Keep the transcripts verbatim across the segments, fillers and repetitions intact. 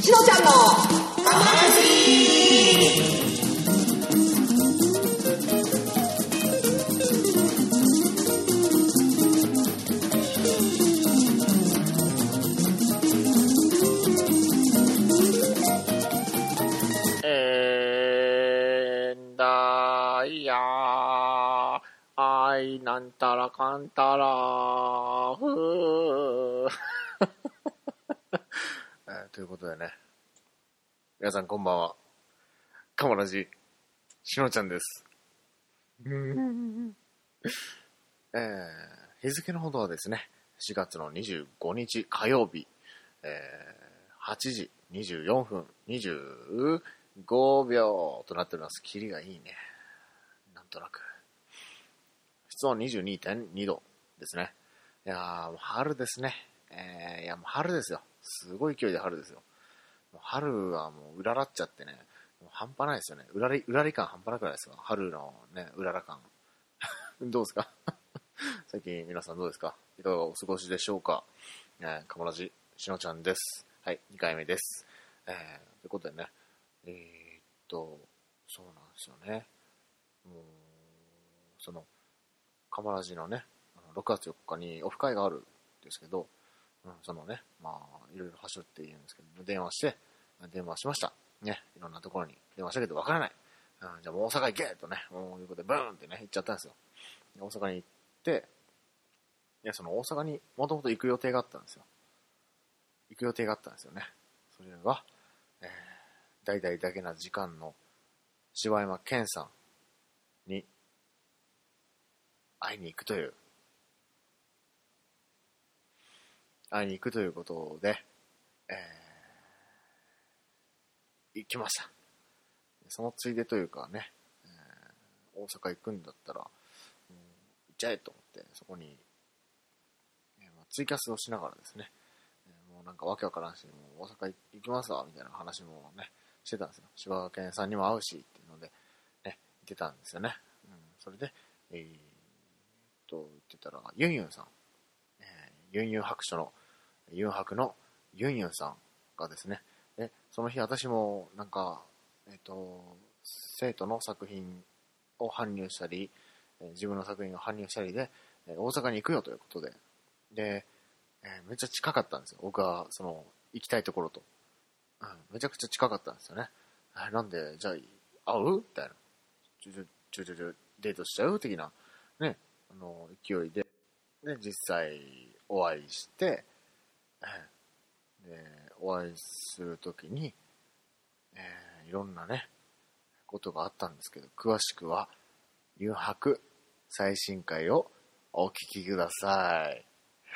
しのちゃんのかまえーんだいやーあいなんたらかんたらふーえーということでね、皆さんこんばんは。かもらじしのちゃんです。えー、日付のほどはですね、しがつのにじゅうごにち火曜日、えー、はちじにじゅうよんぷんにじゅうごびょうとなっております。キリがいいね。なんとなく。室温 にじゅうにてんにどですね。いやー、もう春ですね。えー、いや、もう春ですよ。すごい勢いで春ですよ。もう春はもううららっちゃってね、もう半端ないですよね。うらり、うらり感半端なくないですか？春のね、うらら感。どうですか？最近皆さんどうですか？いかがお過ごしでしょうか？えー、かもらじしのちゃんです。はい、にかいめです。えー、ということでね、えー、っと、そうなんですよね。もう、その、かもらじのね、ろくがつよっかにオフ会があるんですけど、うん、そのね、まあ、いろいろはしょって言うんですけど、電話して、電話しました。ね、いろんなところに電話したけどわからない。うん、じゃあもう大阪行けとね、もういうことでブーンってね、行っちゃったんですよ。大阪に行って、いや、その大阪にもともと行く予定があったんですよ。行く予定があったんですよね。それは、えー、大々だけな時間の柴山健さんに会いに行くという、会いに行くということで、えー、行きました。そのついでというかね、えー、大阪行くんだったら、うん、行っちゃえと思って、そこに、えーまあ、ツイキャスをしながらですね、えー、もうなんかわけわからんし、もう大阪行きますわ、みたいな話もね、してたんですよ。柴田健さんにも会うし、っていうので、ね、行ってたんですよね。うん、それで、えー、と、言ってたら、ユンユンさん、えー、ユンユン白書の、ユン白のユンユンさんがですね、でその日私もなんか、えっと、生徒の作品を搬入したり、自分の作品を搬入したりで、大阪に行くよということで、で、えー、めっちゃ近かったんですよ。僕は、その、行きたいところと。うん、めちゃくちゃ近かったんですよね。えなんで、じゃあ、会うみたいな。ちょちょ、ちょちょちょ、デートしちゃう的な、ね、あの、勢いで、で、実際、お会いして、で、お会いするときに、えー、いろんなね、ことがあったんですけど、詳しくは、誘白最新回をお聞きください。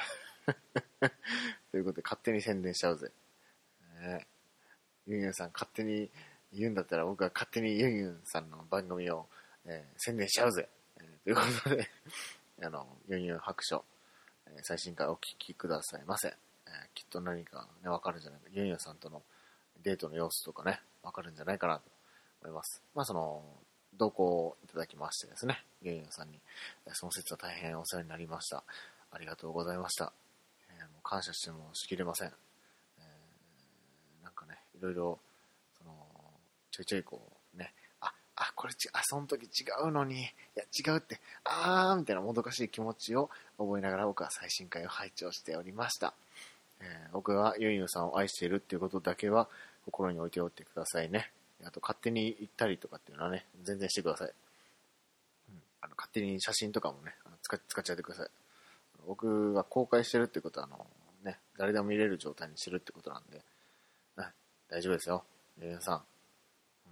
ということで、勝手に宣伝しちゃうぜ。ね、ユンユンさん勝手に言うんだったら、僕は勝手にユンユンさんの番組を、えー、宣伝しちゃうぜ。えー、ということで、あの、ユンユン白書、えー、最新回お聞きくださいませ。えー、きっと何かね、わかるんじゃないか。ユンユンさんとのデートの様子とかね、わかるんじゃないかなと思います。まあ、その、同行をいただきましてですね、ユンユンさんに、その説は大変お世話になりました。ありがとうございました。えー、もう感謝してもしきれません。えー、なんかね、いろいろ、その、ちょいちょいこう、ね、あ、あ、これち、あ、その時違うのに、いや、違うって、あー、みたいなもどかしい気持ちを覚えながら僕は最新回を拝聴しておりました。えー、僕がユンユンさんを愛しているっていうことだけは心に置いておいてくださいね。あと勝手に行ったりとかっていうのはね、全然してください。うん、あの勝手に写真とかもね、使っ、使っちゃってください。僕が公開してるってことは、あの、ね、誰でも見れる状態にしてるってことなんで、ね、大丈夫ですよ。ユンユンさん、うん。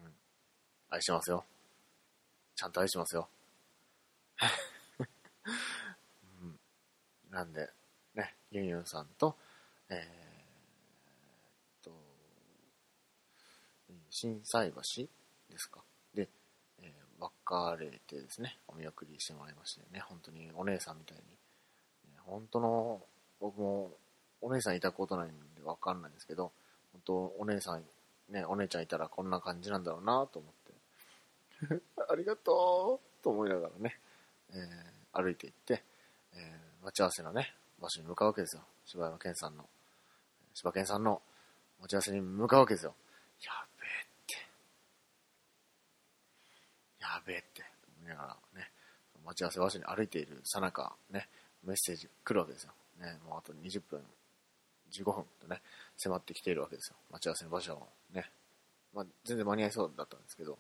愛してますよ。ちゃんと愛してますよ。うん、なんで、ね、ユンユンさんと、えー、と、心斎橋ですか。で、えー、別れてですね、お見送りしてもらいましてね、本当にお姉さんみたいに、本当の、僕もお姉さんいたことないんでわかんないんですけど、本当お姉さん、ね、お姉ちゃんいたらこんな感じなんだろうなと思って、ありがとうと思いながらね、えー、歩いていって、えー、待ち合わせのね、場所に向かうわけですよ。柴山健さんの、柴健さんの、 待ち合わせに向かうわけですよ。やべえって。やべえって。思いながらね、待ち合わせ場所に歩いているさなか、ね、メッセージ来るわけですよ。ね、もうあとにじゅっぷん、じゅうごふんとね、迫ってきているわけですよ。待ち合わせの場所をね。まあ、全然間に合いそうだったんですけど、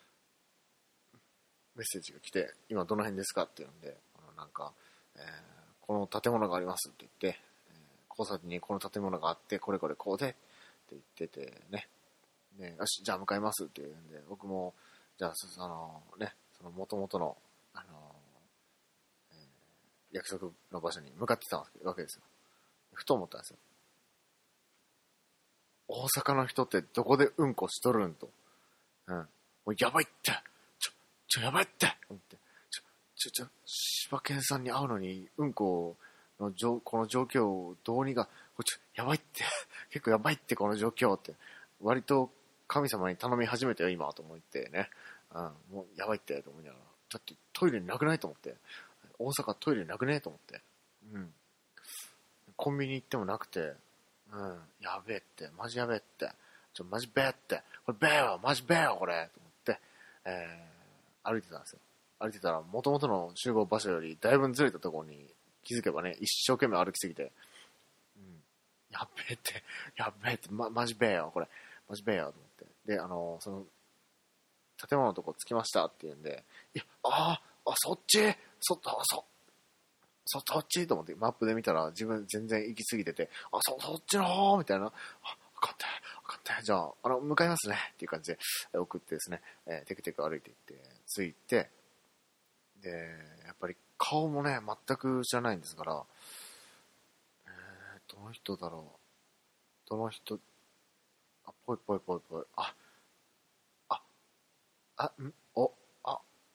メッセージが来て、今どの辺ですかって言うんで、あのなんか、えー、この建物がありますって言って、えー、交差点にこの建物があって、これこれこうで、って言っててね。で、よし、じゃあ向かいますって言うんで、僕も、じゃあ、そのね、その元々の、あの、えー、約束の場所に向かってたわけですよ。ふと思ったんですよ。大阪の人ってどこでうんこしとるんと。うん。もうやばいって。ちょ、ちょ、やばいって思って。ちょ、ちょ、ちょ、柴犬さんに会うのに、うんこの状、この状況をどうにか、ちょ、やばいって。結構やばいって、この状況って。割と神様に頼み始めたよ、今、と思ってね。うん、もうやばいって、と思いながら。だってトイレなくないと思って。大阪トイレなくねと思って。うん。コンビニ行ってもなくて、うん、やべえって、マジやべえって、ちょ、マジべえって、これべえよ、マジべえよ、これ、と思って、えー、歩いてたんですよ。歩いてたら、元々の集合場所よりだいぶずれたところに気づけばね、一生懸命歩きすぎて、うん、やべえって、やべえって、ま、マジべえよ、これ、マジべえよ、と思って。で、あの、その、建物のとこ着きましたって言うんで、いや、ああ、あ、そっちそ、あ、そ、そ、そっちと思ってマップで見たら自分全然行き過ぎてて、あ、そ、そっちの方みたいな。あ、わかった、わかった。じゃあ、あの、向かいますね。っていう感じで送ってですね、えー、テクテク歩いていって、着いて、で、やっぱり顔もね、全く知らないんですから、えー、どの人だろう。どの人、あ、ぽいぽいぽいぽい。あ、あ、あ、んお、あ、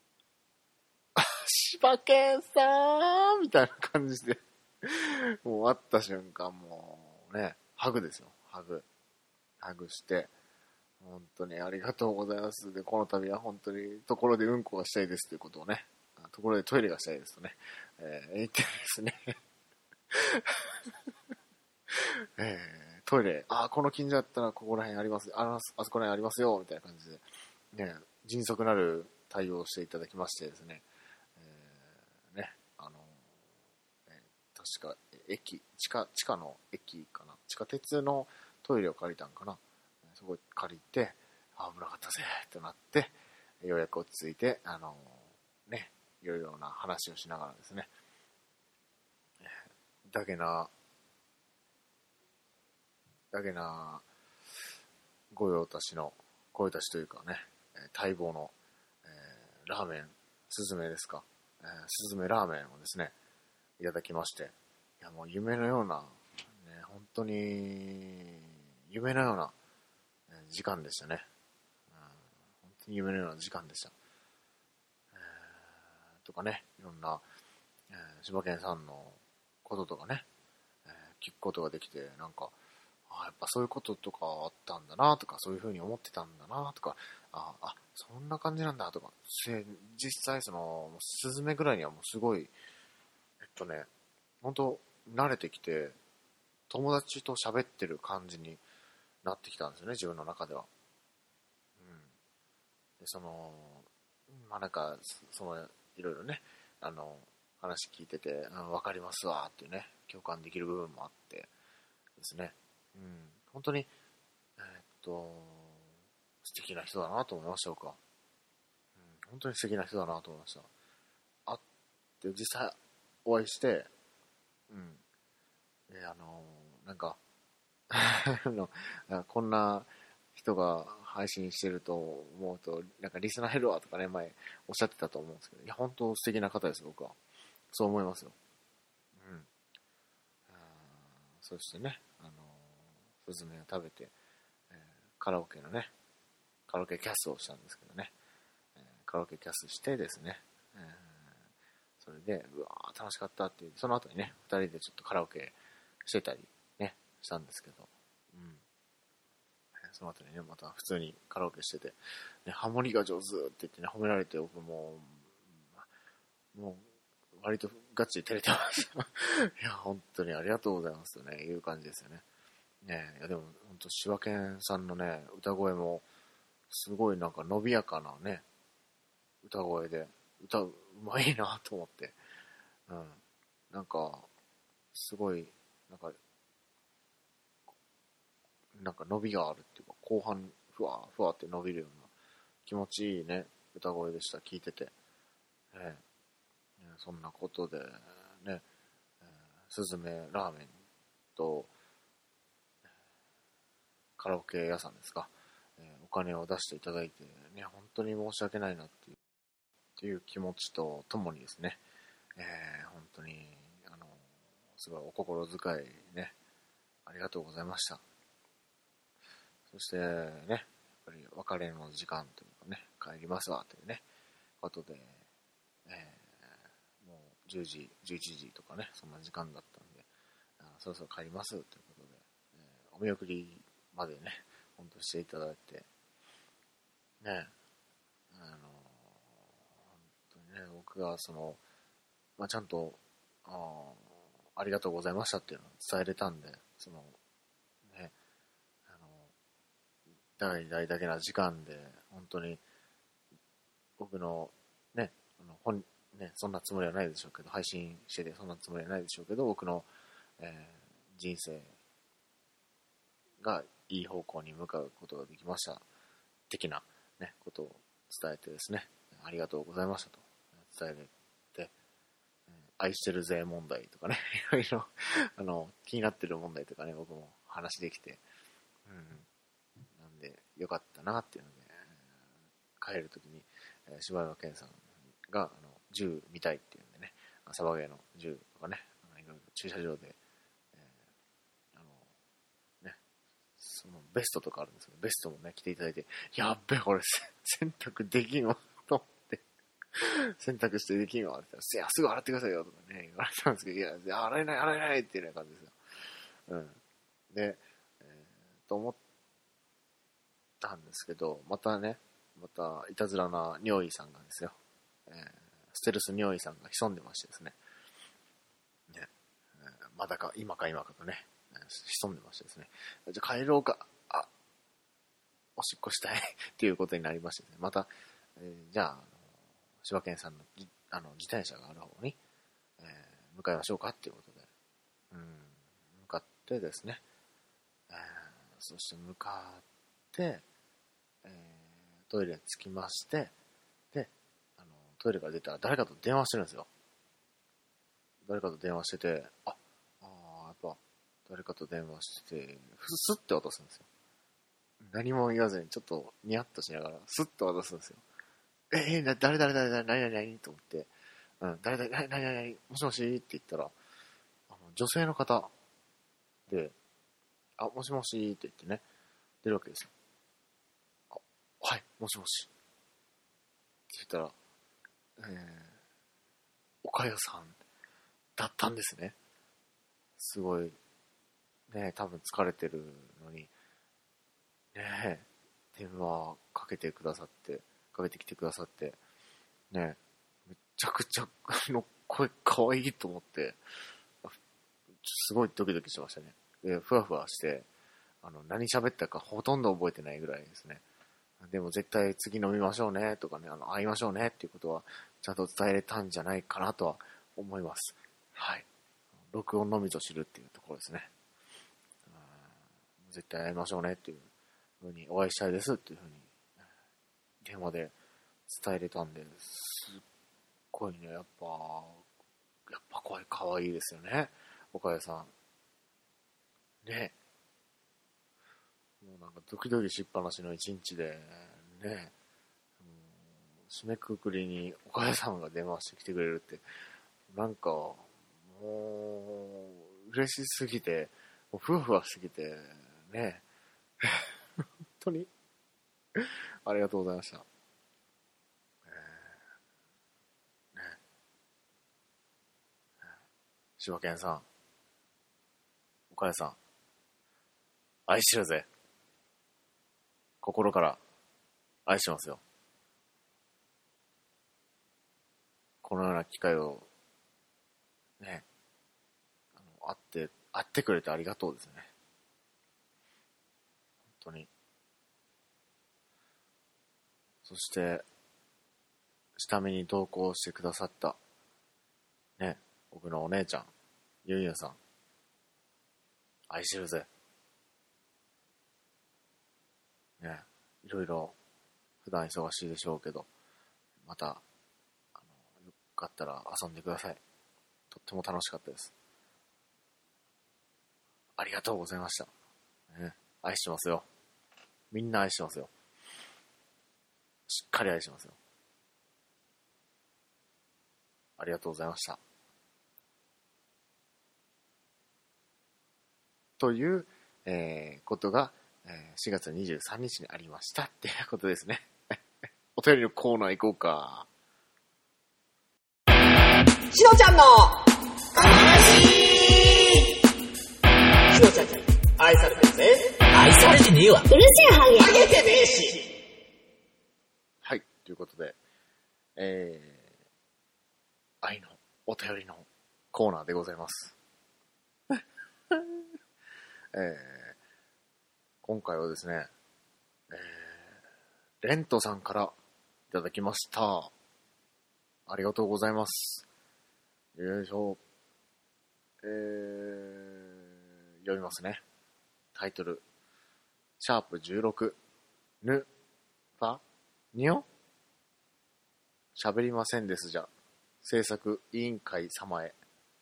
柴犬さんみたいな感じでもう会った瞬間もうね、ハグですよ、ハグ。ハグして、本当にありがとうございます。で、この度は本当にところでうんこがしたいですということをね、ところでトイレがしたいですとね、えー、言ってですね、えー、トイレ、あ、この近所だったらここら辺あります、あの、あそこら辺ありますよ、みたいな感じで、ね、迅速なる対応をしていただきましてですね、えー、ね、あの、えー、確か、駅、地下、地下の駅かな、地下鉄のトイレを借りたんかな、そこ借りて、危なかったぜってなって、ようやく落ち着いて、あのー、ね、いろいろな話をしながらですね、だけな、だけな、御用達の、御用達というかね、待望の、えー、ラーメン、スズメですか、えー、スズメラーメンをですね、いただきまして、いやもう夢のような、ね、本当に、夢のような時間でしたね。うん、本当に夢のような時間でした。えー、とかね、いろんな、えー、柴犬さんのこととかね、えー、聞くことができて、なんか、あ、やっぱそういうこととかあったんだなとか、そういう風に思ってたんだなとか、あ、あ、そんな感じなんだとか、実際その、スズメぐらいにはもうすごい、えっとね、本当慣れてきて、友達と喋ってる感じになってきたんですよね、自分の中では。うん。で、その、まあなんか、その、いろいろね、あの、話聞いてて、うん、わかりますわっていうね、共感できる部分もあってですね。うん。本当に、えーっと、素敵な人だなと思いました、僕は。うん、本当に素敵な人だなと思いました。会って実際お会いして、うん。で、あの、なんかのこんな人が配信してると思うと、なんかリスナー減るわとかね、前おっしゃってたと思うんですけど、いや、本当素敵な方です、僕は。そう思いますよ。うん。そしてね、あのー、スズメを食べて、えー、カラオケのね、カラオケキャスをしたんですけどね、えー、カラオケキャスしてですね、えー、それで、うわー楽しかったっていう、その後にね、二人でちょっとカラオケしてたりね、したんですけど、うん。その後にね、また普通にカラオケしてて、ね、ハモリが上手って言ってね、褒められて、僕もう、もう、割とガチで照れてました。いや、本当にありがとうございますとね、いう感じですよね。 ねえ、いやでも本当柴犬さんのね歌声もすごいなんか伸びやかなね歌声で歌うまいなと思って、うん、なんかすごいなんかなんか伸びがあるっていうか、後半ふわふわって伸びるような気持ちいいね歌声でした。聞いてて、ええ、そんなことでね、えー、スズメラーメンとカラオケ屋さんですか、えー、お金を出していただいてね、本当に申し訳ないなっていう、っていう気持ちとともにですね、えー、本当にあのすごいお心遣いね、ありがとうございました。そしてね、やっぱり別れの時間というかね、帰りますわというねことで、えー、もうじゅうじじゅういちじとかね、そんな時間だったんで、あそろそろ帰りますということで、えー、お見送りまでね本当していただいてね、あの本当にね、僕がその、まあ、ちゃんと あ, ありがとうございましたっていうのを伝えれたんで、そのね、あの大々だけな時間で本当に僕のね、あの本ね、そんなつもりはないでしょうけど、配信しててそんなつもりはないでしょうけど、僕の、えー、人生がいい方向に向かうことができました的な、ね、ことを伝えてですね、ありがとうございましたと伝えて、愛してるぜ問題とかね、いろいろあの気になってる問題とかね、僕も話できて、うん、なんでよかったなっていうので、帰るときに、えー、柴山健さんがあの銃見たいっていうんでね、サバゲーの銃とかね、いろいろ駐車場で、えー、あのね、そのベストとかあるんですけど、ベストもね着ていただいて、やっべこれ洗濯できんわと思って洗濯してできんわって言ったら、いやすぐ洗ってくださいよとかね言われたんですけど、いや洗えない洗えないっていうような感じですよ。うん。で、えー、と思ったんですけど、またね、またいたずらな尿意さんがですよ、えー、ステルス尿意さんが潜んでましてですね、ね、えー、まだか今か今かとね、潜んでましてですね、じゃあ帰ろうか、あ、おしっこしたいっていうことになりまして、ね、また、えー、じゃあ、あの柴犬さんのぎあの自転車がある方に、えー、向かいましょうかっていうことで、うん、向かってですね、えー、そして向かって、えー、トイレに着きまして、で、あのトイレから出たら誰かと電話してるんですよ。誰かと電話してて、あ、あやっぱ誰かと電話してて、スッて渡すんですよ。何も言わずにちょっとニヤッとしながらスッと渡すんですよ。え、えー、誰誰誰誰何々何と思って、うん、誰誰何々何もしもしって言ったら、あの女性の方で、あ、もしもしって言ってね、出るわけですよ。あ、はい、もしもし。って言ったら、えー、おかゆさんだったんですね。すごい、ね、多分疲れてるのに、ね、電話かけてくださって、かけてきてくださって、ね、めちゃくちゃ、あの、声かわいいと思って、すごいドキドキしましたね。で、ふわふわして、あの、何喋ったかほとんど覚えてないぐらいですね。でも絶対次飲みましょうねとかね、あの、会いましょうねっていうことは、ちゃんと伝えれたんじゃないかなとは思います。はい。録音のみぞ知るっていうところですね。絶対会いましょうねっていうふうに、お会いしたいですっていうふうに、電話で伝えれたんで、すっごいね、やっぱ、やっぱ声かわいいですよね、岡谷さん。ね。もうなんかドキドキしっぱなしの一日で、ね、締めくくりに岡谷さんが電話してきてくれるって、なんか、もう、嬉しすぎて、もうふわふわしすぎて、ね、本当に、ありがとうございました。えー、ね、柴犬さん、岡谷さん、愛してるぜ。心から愛してますよ。このような機会を、ね、あの、会って、会ってくれてありがとうですね。 当に。そして、下見に同行してくださった、ね、僕のお姉ちゃん、ゆんゆんさん。愛してるぜ。ね、いろいろ、普段忙しいでしょうけど、また、あの、よかったら遊んでください。とっても楽しかったです。ありがとうございました。ね、愛してますよ。みんな愛してますよ。しっかり愛してますよ。ありがとうございました。という、えー、ことが、えー、しがつにじゅうさんにちにありましたっていうことですね。お便りのコーナー行こうか。 しのちゃんの話。しのちゃんに愛されてるぜ。愛されてねえわ。うるせえハゲ。ハゲてねえし。 はい、ということで、えー、愛のお便りのコーナーでございます。えー、今回はですね、えー、レントさんからいただきました。ありがとうございます。よいしょ。えー、読みますね。タイトル、シャープじゅうろく、ぬ、ぱ、にょ喋りませんですじゃ。制作委員会様へ。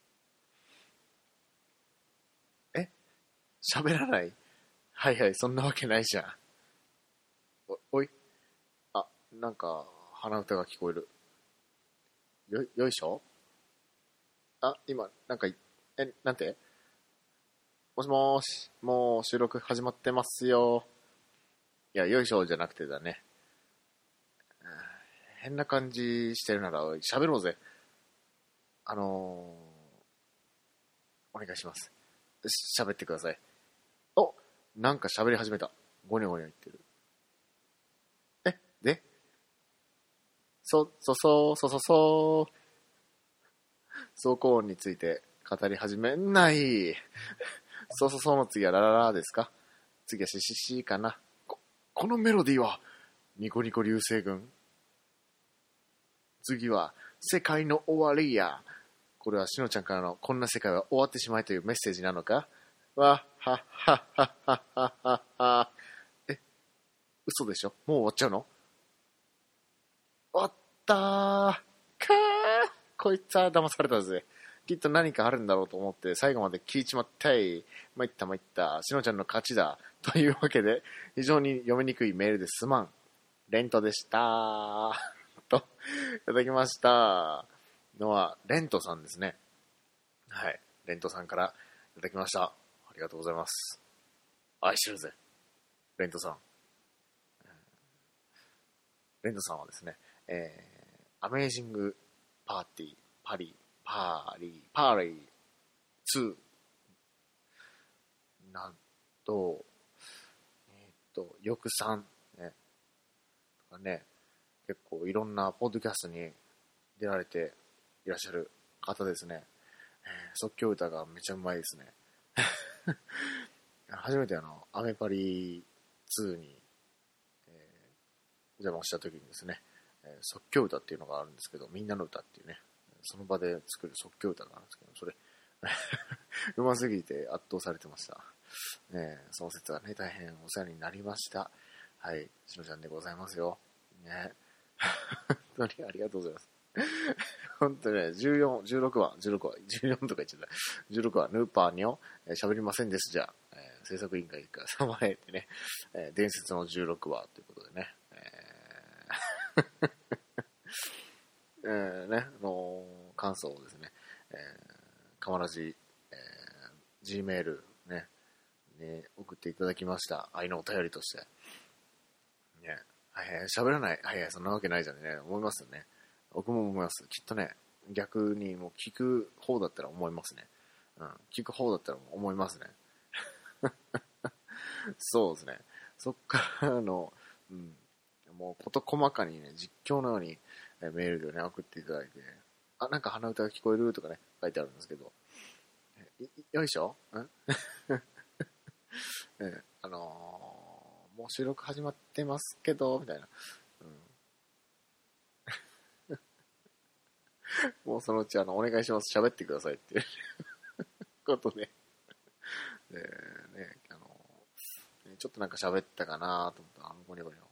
え喋らない？はいはい、そんなわけないじゃん。お、おい。あ、なんか、鼻歌が聞こえる。よ、よいしょ？あ、今、なんか、え、なんて？もしもーし、もう収録始まってますよ。いや、よいしょじゃなくてだね。変な感じしてるなら喋ろうぜ。あのー、お願いします。喋ってください。お、なんか喋り始めた。ゴニョゴニョ言ってる。え、でそ、そそ、そそそ、走行音について語り始めない。そそその次はラララですか？次はシシシかな。こ、このメロディーは、ニコニコ流星群。次は、世界の終わりや。これはしのちゃんからの、こんな世界は終わってしまえというメッセージなのか？わ、は、は、は、は、は、は、は。え、嘘でしょ？もう終わっちゃうの？終わったー。かー。こいつは騙されたぜ。きっと何かあるんだろうと思って最後まで聞いちまったい。参った参った。しのちゃんの勝ちだ。というわけで、非常に読みにくいメールですまん。レントでしたー。と、いただきましたのは、レントさんですね。はい。レントさんからいただきました。ありがとうございます。愛してるぜ。レントさん。レントさんはですね、えー、アメージングパーティー、パリ、パーリー、パーリーツーなんと、えー、っと、よくさん、ね、とかね、結構いろんなポッドキャストに出られていらっしゃる方ですね。えー、即興歌がめちゃうまいですね。初めてあの、アメパリツーに、えー、お邪魔した時にですね、えー、即興歌っていうのがあるんですけど、みんなの歌っていうね、その場で作る即興歌があるんですけど、それ、うますぎて圧倒されてました。ね、その説はね、大変お世話になりました。はい、しのちゃんでございますよ。ね。本当にありがとうございます。本当にね、じゅうよん、じゅうろくわ、じゅうろくわ、じゅうよんとか言っちゃった。じゅうろくわ、ヌーパーにょ、喋りませんですじゃ、えー、制作委員会から様へってね、えー、伝説のじゅうろくわということでね、えーえー、ね、あのー、感想をですね、えー、かまらじ、えー、Gmail ね、ね、送っていただきました。愛のお便りとして。ね、はいはい、喋らない。はいはい、そんなわけないじゃんね。思いますよね。僕も思います。きっとね、逆にもう聞く方だったら思いますね。うん、聞く方だったら思いますね。そうですね。そっからの、うん、もう事細かにね、実況のようにメールでね、送っていただいて、あ、なんか鼻歌が聞こえるとかね、書いてあるんですけど、よいしょんえあのもう収録始まってますけど、みたいな。うん、もうそのうち、あの、お願いします。喋ってくださいっていうことで。で、ね、あの、ちょっとなんか喋ったかなと思ったら、あの、ゴニョゴニョ。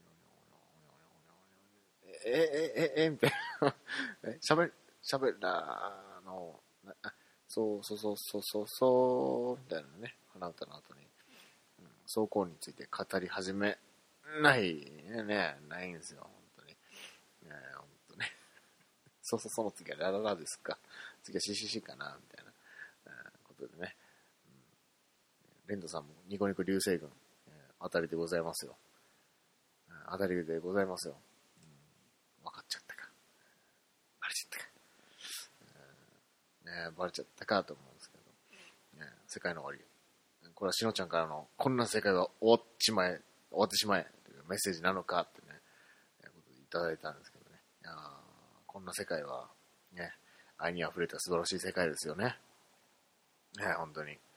え、え、え、え、みたいな。え、喋、喋ら、あの、あ、そうそうそうそうそうそう、みたいなね、鼻歌の後に、うん、走行について語り始めないね、ねないんですよ、本当に。ね、本当ね。そうそう、その次はラララですか。次はシシシかな、みたいな、えー、ことでね。うん、レンドさんもニコニコ流星群、えー、当たりでございますよ。当たりでございますよ。うん、分かっちゃったか。バレちゃったか。ね、バレちゃったかと思うんですけど、ね、世界の終わり。これはしのちゃんからの、こんな世界が終わっちまえ、終わってしまえというメッセージなのかってね、ことでいただいたんですけどね。いやこんな世界は、ね、愛に溢れた素晴らしい世界ですよね。ね、本当に。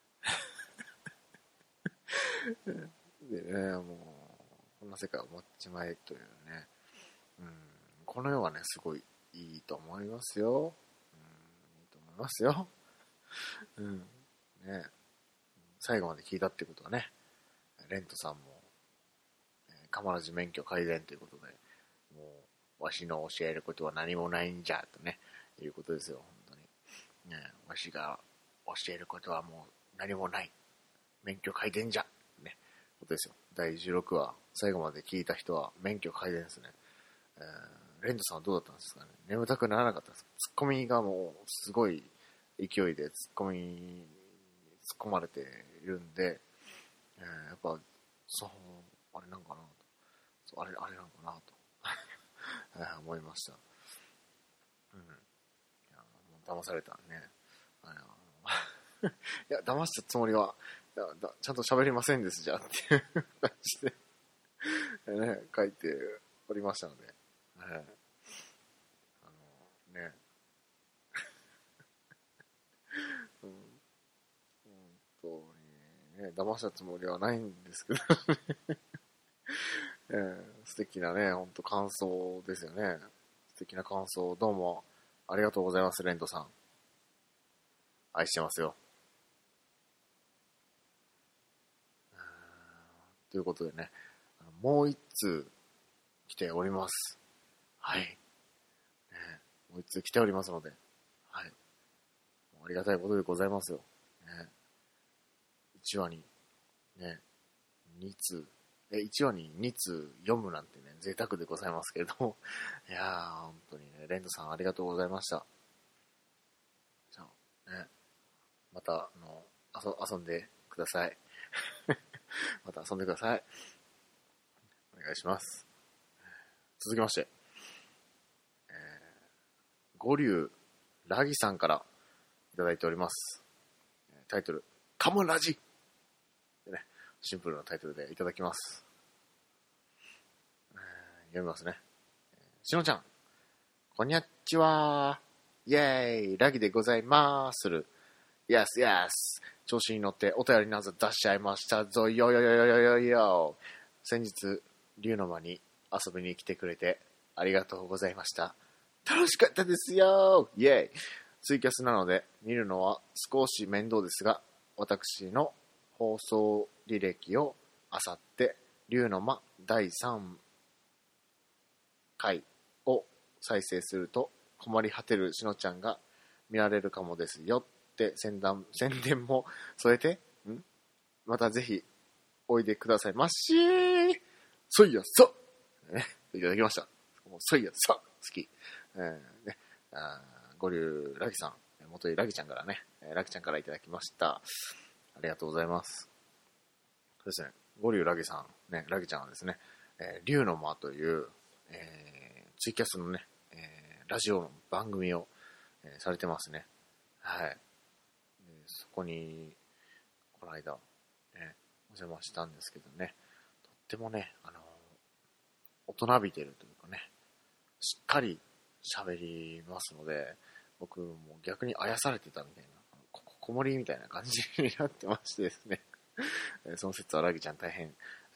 でね、もう、こんな世界を終わっちまえというね、うん、この世はね、すごいいいと思いますよ。うん、いいと思いますよ。うん。ね。最後まで聞いたってことはね、レントさんも、えー、カマラジ免許改善ということで、もう、わしの教えることは何もないんじゃ、とね、いうことですよ、本当に。ね、わしが教えることはもう何もない。免許改善じゃ、ね、ことですよ。だいじゅうろくわ、最後まで聞いた人は免許改善ですね。えー、レントさんはどうだったんですかね。眠たくならなかったですか。ツッコミがもう、すごい勢いでツッコミ、突っ込まれているんで、えー、やっぱ、そう、あれなんかなと。そう、あれ、あれなんかなと、えー、思いました。うん。いや、もう騙されたね。あのいや、騙したつもりは、いやだちゃんと喋りませんです、じゃあ、っていう感じでね、書いておりましたので、はい。あの、ね、うん、本当にね、騙したつもりはないんですけどね、えー、素敵なね、本当感想ですよね。素敵な感想、どうもありがとうございます、レントさん。愛してますよ。ということでね、もう一通来ております。はい。ね、もう一通来ておりますので、はい。ありがたいことでございますよ。ね、いちわに、ね、に通、え、いちわにに通読むなんてね、贅沢でございますけれども、いやー、本当にね、レントさんありがとうございました。じゃあ、ね、また、あの、遊んでください。また遊んでください。お願いします。続きまして、えー、五竜ラギさんからいただいております。タイトル、カモラジでね、シンプルなタイトルでいただきます。読みますね。しのちゃん、こんにゃっちはー。イェーイ、ラギでございまする。イエスイエス。調子に乗ってお便りなど出しちゃいましたぞ。よよよよよよよ。先日、龍の間に遊びに来てくれてありがとうございました。楽しかったですよ。イェイ。ツイキャスなので見るのは少し面倒ですが、私の放送履歴を漁って龍の間だいさんかいを再生すると困り果てるしのちゃんが見られるかもですよって宣伝、宣伝も添えて、んまたぜひおいでくださいましー。そいやさ、ね、いただきました。もうそいやさ好き。えーね、あ五竜ラギさん、元井ラギちゃんからね、ラギちゃんからいただきました。ありがとうございます。そうですね、五竜ラギさん、ね、ラギちゃんはですね、えー、龍の間という、えー、ツイキャスのね、えー、ラジオの番組を、えー、されてますね。はい。そこに、この間、ね、お邪魔したんですけどね、とってもね、あのー、大人びてるというかね、しっかり喋りますので、僕も逆にあやされてたみたいな、ここもりみたいな感じになってましてですね、その説はラギちゃん大変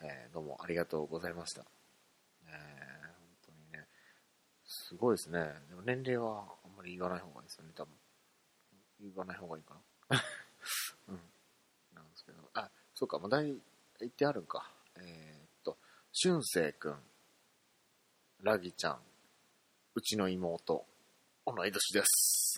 えー、どうもありがとうございました。えー、本当にね、すごいですね。でも年齢はあんまり言わない方がいいですよね、多分。言わない方がいいかな。うん。なんですけど、あ、そうか、もう大言ってあるんか。えー、っと、俊生くん、ラギちゃん、うちの妹、同い年です。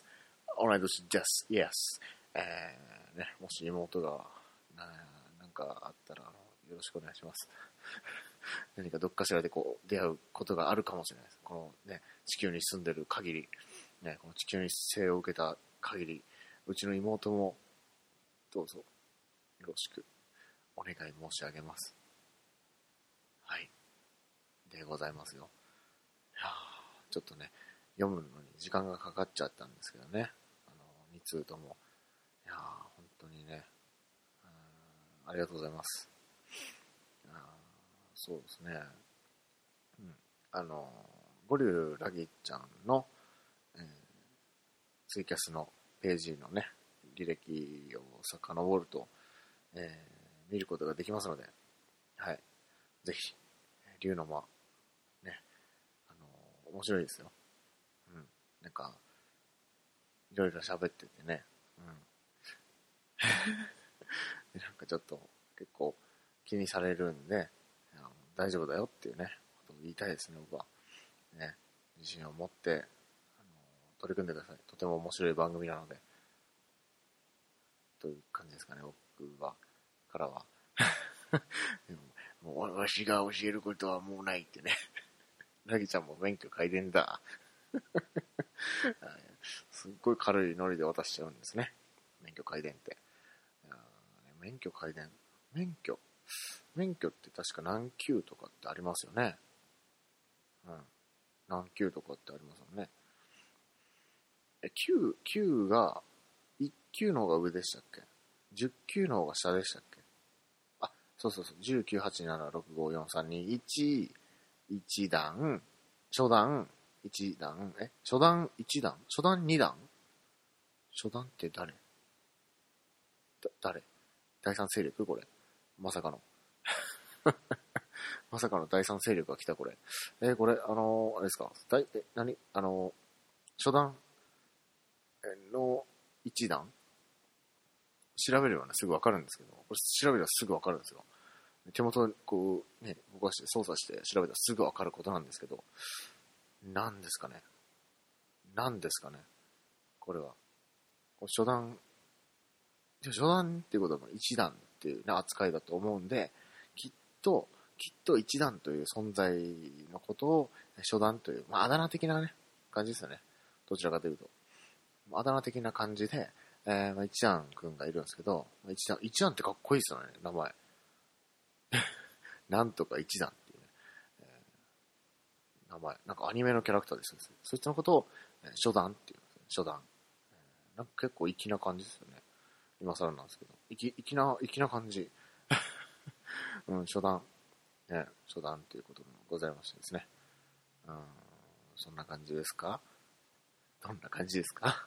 同い年です。Yes。えー、ね、もし妹が、な、なんかあったら、あの、よろしくお願いします。何かどっかしらでこう、出会うことがあるかもしれないです。このね、地球に住んでる限り、ね、この地球に生を受けた限り、うちの妹も、どうぞ、よろしく、お願い申し上げます。はい。でございますよ。いやー、ちょっとね、読むのに時間がかかっちゃったんですけどね。あの、に通とも。いやー、本当にね、ありがとうございます。あそうですね。うん。あの、ゴリュラギちゃんの、えー、ツイキャスのページのね、履歴を遡ると、えー、見ることができますので、はい。ぜひ、龍の間、ね、あの、面白いですよ。うん。なんか、いろいろ喋っててね、うん。なんかちょっと結構気にされるんで、大丈夫だよっていうね、ことを言いたいですね、僕は。ね、自信を持って、あの、取り組んでください。とても面白い番組なので。という感じですかね、僕は、からは。でも、もうわしが教えることはもうないってね。ラギちゃんも免許改伝だ。すっごい軽いノリで渡しちゃうんですね。免許改伝って。免許改伝。免許。免許って確か何級とかってありますよね。うん。何級とかってありますよね。え、級、級が、いっ級の方が上でしたっけ ?じゅっ 級の方が下でしたっけ？あ、そうそうそう。じゅう、きゅう、はち、なな、ろく、ご、よん、さん、に、いち、いち段、初段、いち段、え初段いち段初段に段初段って誰だ、誰第三勢力これ。まさかの。まさかの第三勢力が来たこれ。えー、これ、あのー、あれですか大、え、何あのー、初段の一段調べればね、すぐわかるんですけど、これ調べればすぐわかるんですよ。手元こう、ね、動かして操作して調べたらすぐわかることなんですけど、何ですかね何ですかねこれは。こ初段、初段っていうことは一段っていう、ね、扱いだと思うんで、きっと、きっと一段という存在のことを初段という、まあ、あだ名的なね、感じですよね。どちらかというと。あだ名的な感じで、えー、まあ、一段くんがいるんですけど、一段、一段ってかっこいいですよね、名前。なんとか一段っていうね、えー、名前。なんかアニメのキャラクターですよね。そいつのことを、えー、初段っていう、初段。えー、なんか結構粋な感じですよね。今更なんですけど。粋、粋な、粋な感じ。うん、初段。ね、初段っていうこともございましてですね。うん、そんな感じですか？どんな感じですか？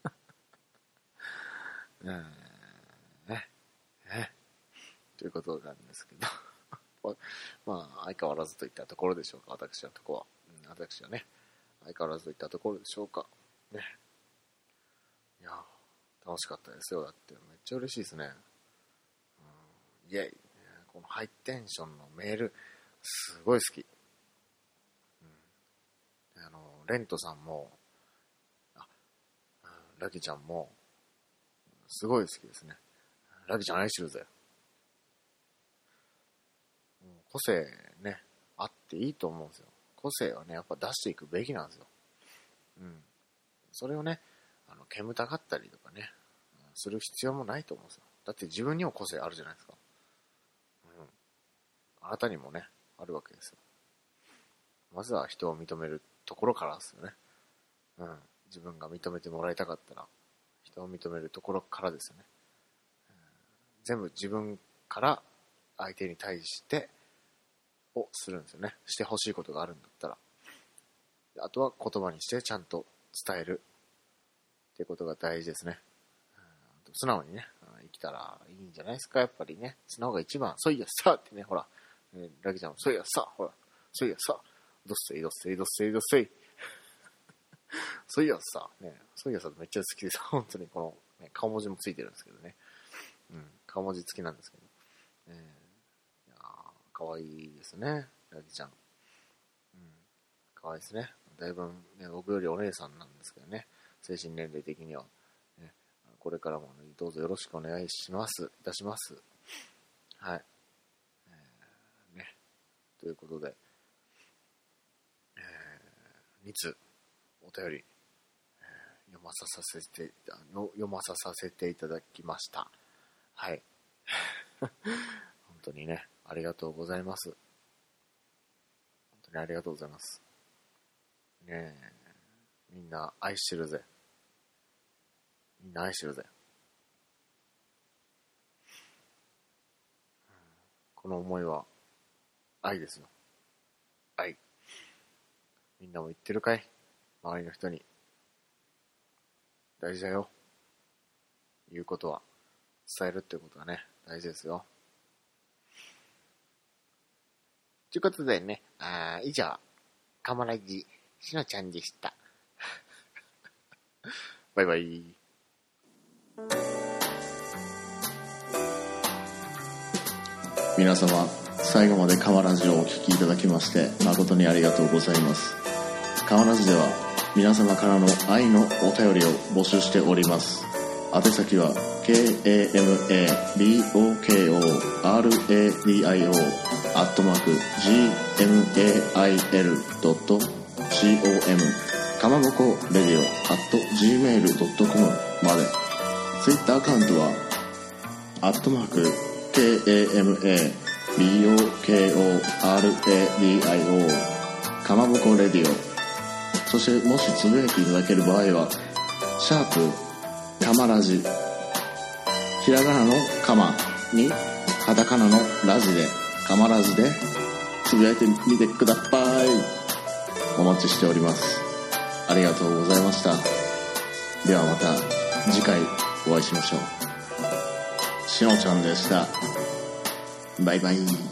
えー、ね、ね、ということなんですけど。まあ、相変わらずといったところでしょうか、私はとこは。うん、私はね、相変わらずといったところでしょうか。ね。いや、楽しかったですよ。だって、めっちゃ嬉しいですね。うん、イェイ。このハイテンションのメール、すごい好き。うん、あの、レントさんも、あ、ラキちゃんも、すごい好きですね。ラキちゃん愛してるぜ。個性ね、あっていいと思うんですよ。個性はね、やっぱ出していくべきなんですよ。うん。それをね、あの、煙たがったりとかね、する必要もないと思うんですよ。だって自分にも個性あるじゃないですか。うん。あなたにもね、あるわけですよ。まずは人を認めるところからですよね。うん。自分が認めてもらいたかったら、人を認めるところからですよね。うん、全部自分から相手に対してをするんですよね。してほしいことがあるんだったら。あとは言葉にしてちゃんと伝えるっていうことが大事ですね。素直にね、生きたらいいんじゃないですか、やっぱりね。その方が一番、そういやさってね、ほら、 えー、ラギちゃん、そういやさ、ほら、そういやさ、どっせいどっせいどっせいどっせい。そういやさ、ね、そういやさめっちゃ好きです。本当にこの、ね、顔文字もついてるんですけどね。うん、顔文字付きなんですけど。えー、いやー、かわいいですね、ラギちゃん。うん、かわいいですね。だいぶ、ね、僕よりお姉さんなんですけどね。精神年齢的には。ね、これからも、ね、どうぞよろしくお願いします。いたします。はい。えー、ね。ということで、えー、につお便り、えー、読まさせて、読まさせていただきました。はい。本当にね、ありがとうございます。本当にありがとうございます。ねえ、みんな愛してるぜ。みんな愛してるぜ。この思いは愛ですよ。愛。みんなも言ってるかい？周りの人に。大事だよ。言うことは、伝えるってことはね、大事ですよ。ということでね、あ以上、かまらじしのちゃんでした。バイバイ。 皆様、最後までかまラジをお聞きいただきまして誠にありがとうございます。かまラジでは皆様からの愛のお便りを募集しております。宛先は ケーエーエムエービーオーケーオーアールエーディーアイオー アットマーク ジーエムエーアイエルドットコム かまぼこレディオ アットジーメールドットコム まで。ツイッターアカウントはアットマーク ケーエーエムエービーオーケーオーアールエーディーアイオー かまぼこレディオ。そしてもしつぶやいていただける場合はシャープかまラジ、ひらがなのかまにカタカナのラジでかまラジでつぶやいてみてください。お待ちしております。ありがとうございました。ではまた次回お会いしましょう。しのちゃんでした。バイバイ。